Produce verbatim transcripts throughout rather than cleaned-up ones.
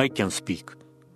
I can speak。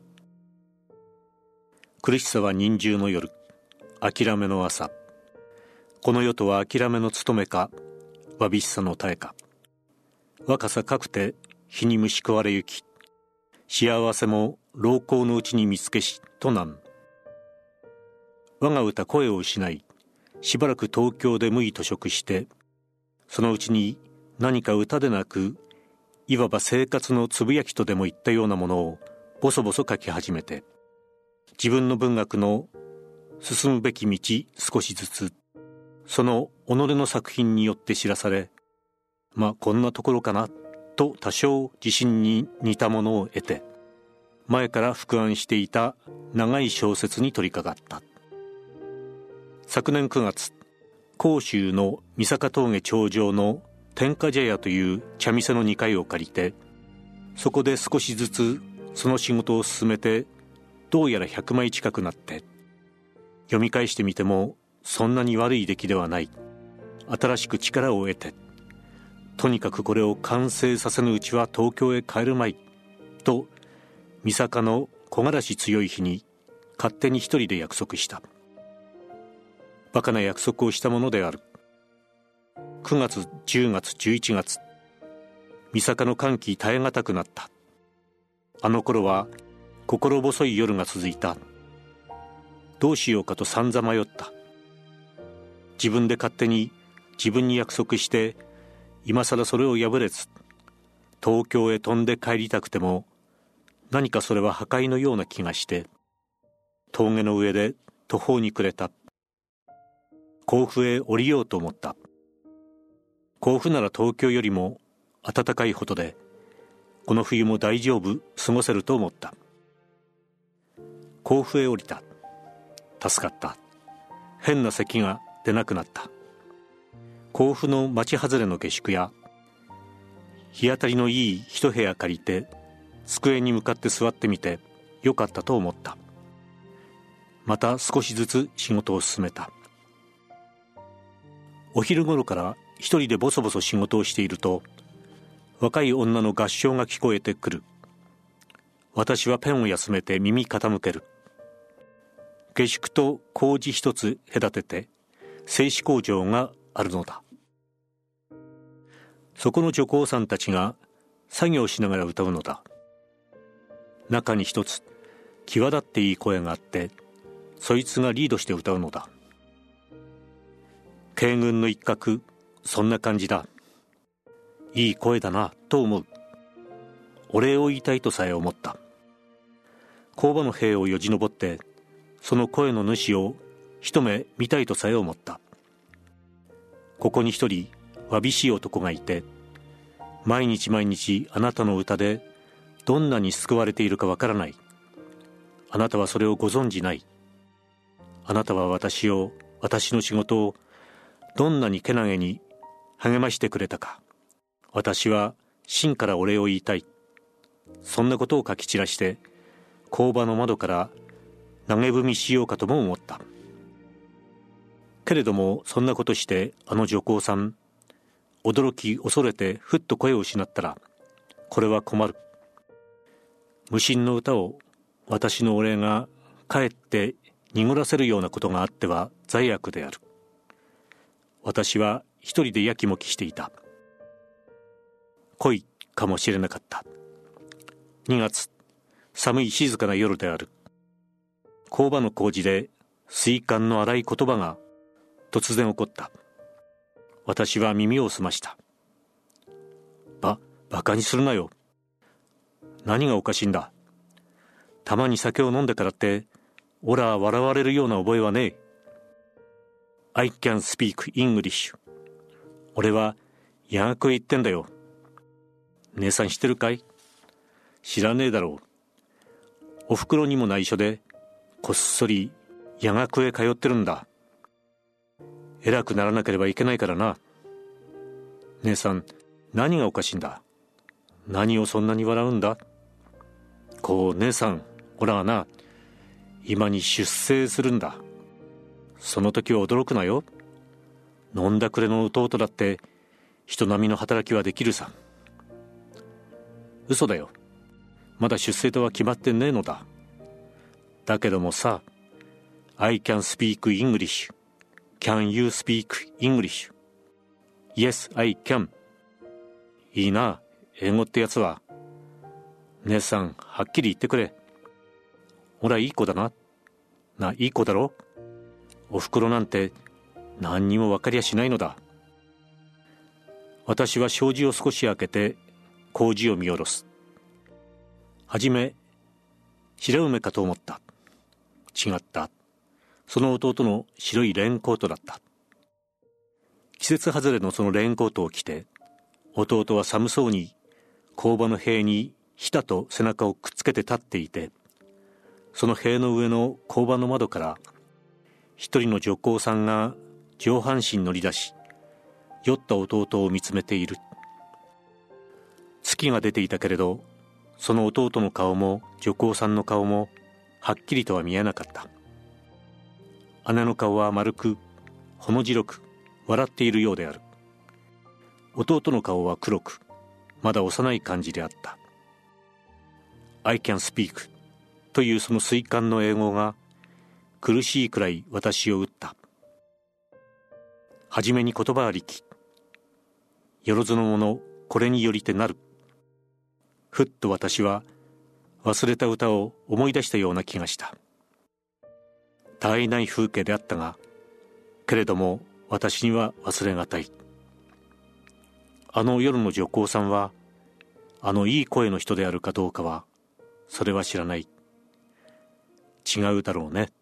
苦しさは忍獣の夜、諦めの朝。この世とは諦めの務めか、わびしさの絶えか。若さかくて日に虫食われゆき、幸せも老後のうちに見つけしとなん。我が歌声を失い、しばらく東京で無意と食して、そのうちに何か歌でなく、いわば生活のつぶやきとでもいったようなものをボソボソ書き始めて、自分の文学の進むべき道少しずつ、その己の作品によって知らされ、まあこんなところかなと多少自信に似たものを得て、前から伏案していた長い小説に取り掛かった。昨年くがつ、甲州の三坂峠頂上の天下茶屋という茶店のにかいを借りて、そこで少しずつその仕事を進めて、どうやらひゃくまい近くなって、読み返してみてもそんなに悪い出来ではない。新しく力を得て、とにかくこれを完成させぬうちは東京へ帰るまいと、三坂の木枯らし強い日に勝手に一人で約束した。バカな約束をしたものである。くがつ、じゅうがつ、じゅういちがつ、三坂の寒気耐え難くなった。あの頃は心細い夜が続いた。どうしようかと散々迷った。自分で勝手に自分に約束して、今さらそれを破れず、東京へ飛んで帰りたくても、何かそれは破壊のような気がして、峠の上で途方に暮れた。甲府へ降りようと思った。甲府なら東京よりも暖かいほどで、この冬も大丈夫過ごせると思った。甲府へ降りた。助かった。変な咳が出なくなった。甲府の町外れの下宿屋、日当たりのいい一部屋借りて、机に向かって座ってみてよかったと思った。また少しずつ仕事を進めた。お昼頃から一人でボソボソ仕事をしていると、若い女の合唱が聞こえてくる。私はペンを休めて耳傾ける。下宿と麹一つ隔てて製紙工場があるのだ。そこの女工さんたちが作業しながら歌うのだ。中に一つ際立っていい声があって、そいつがリードして歌うのだ。京軍の一角、そんな感じだ。いい声だなと思う。お礼を言いたいとさえ思った。工場の塀をよじ登って、その声の主を一目見たいとさえ思った。ここに一人わびしい男がいて、毎日毎日あなたの歌でどんなに救われているかわからない。あなたはそれをご存じない。あなたは私を、私の仕事をどんなにけなげに励ましてくれたか。私は真からお礼を言いたい。そんなことを書き散らして工場の窓から投げ踏みしようかとも思った。けれどもそんなことしてあの女工さん、驚き恐れてふっと声を失ったら、これは困る。無心の歌を私のお礼がかえって濁らせるようなことがあっては罪悪である。私は一人でやきもきしていた。恋かもしれなかった。にがつ、寒い静かな夜である。工場の工事で水管の荒い言葉が突然起こった。私は耳を澄ました。ば、バカにするなよ。何がおかしいんだ。たまに酒を飲んでからって、オラ笑われるような覚えはねえ。I can speak English。俺は夜学へ行ってんだよ。姉さん知ってるかい？知らねえだろう。お袋にも内緒で、こっそり夜学へ通ってるんだ。偉くならなければいけないからな。姉さん、何がおかしいんだ。何をそんなに笑うんだ。こう、姉さん、オラはな、今に出征するんだ。その時は驚くなよ。飲んだくれの弟だって人並みの働きはできるさ。嘘だよ。 まだ出生とは決まってねえのだ。だけどもさ、I can speak English. Can you speak English? Yes, I can. いいな、英語ってやつは。姉さん、はっきり言ってくれ。ほら、いい子だな。な、いい子だろ。おふくろなんて何にも分かりやしないのだ。私は障子を少し開けて工事を見下ろす。はじめ白梅かと思った。違った。その弟の白いレインコートだった。季節外れのそのレインコートを着て、弟は寒そうに工場の塀にひたと背中をくっつけて立っていて、その塀の上の工場の窓から一人の女工さんが上半身乗り出し、酔った弟を見つめている。月が出ていたけれど、その弟の顔も女工さんの顔もはっきりとは見えなかった。姉の顔は丸くほの白く笑っているようである。弟の顔は黒くまだ幼い感じであった。 I can speak というその水管の英語が苦しいくらい私を打った。はじめに言葉ありき、よろずのものこれによりてなる。ふっと私は忘れた歌を思い出したような気がした。たわいない風景であったが、けれども私には忘れがたい。あの夜の女工さんはあのいい声の人であるかどうかはそれは知らない。違うだろうね。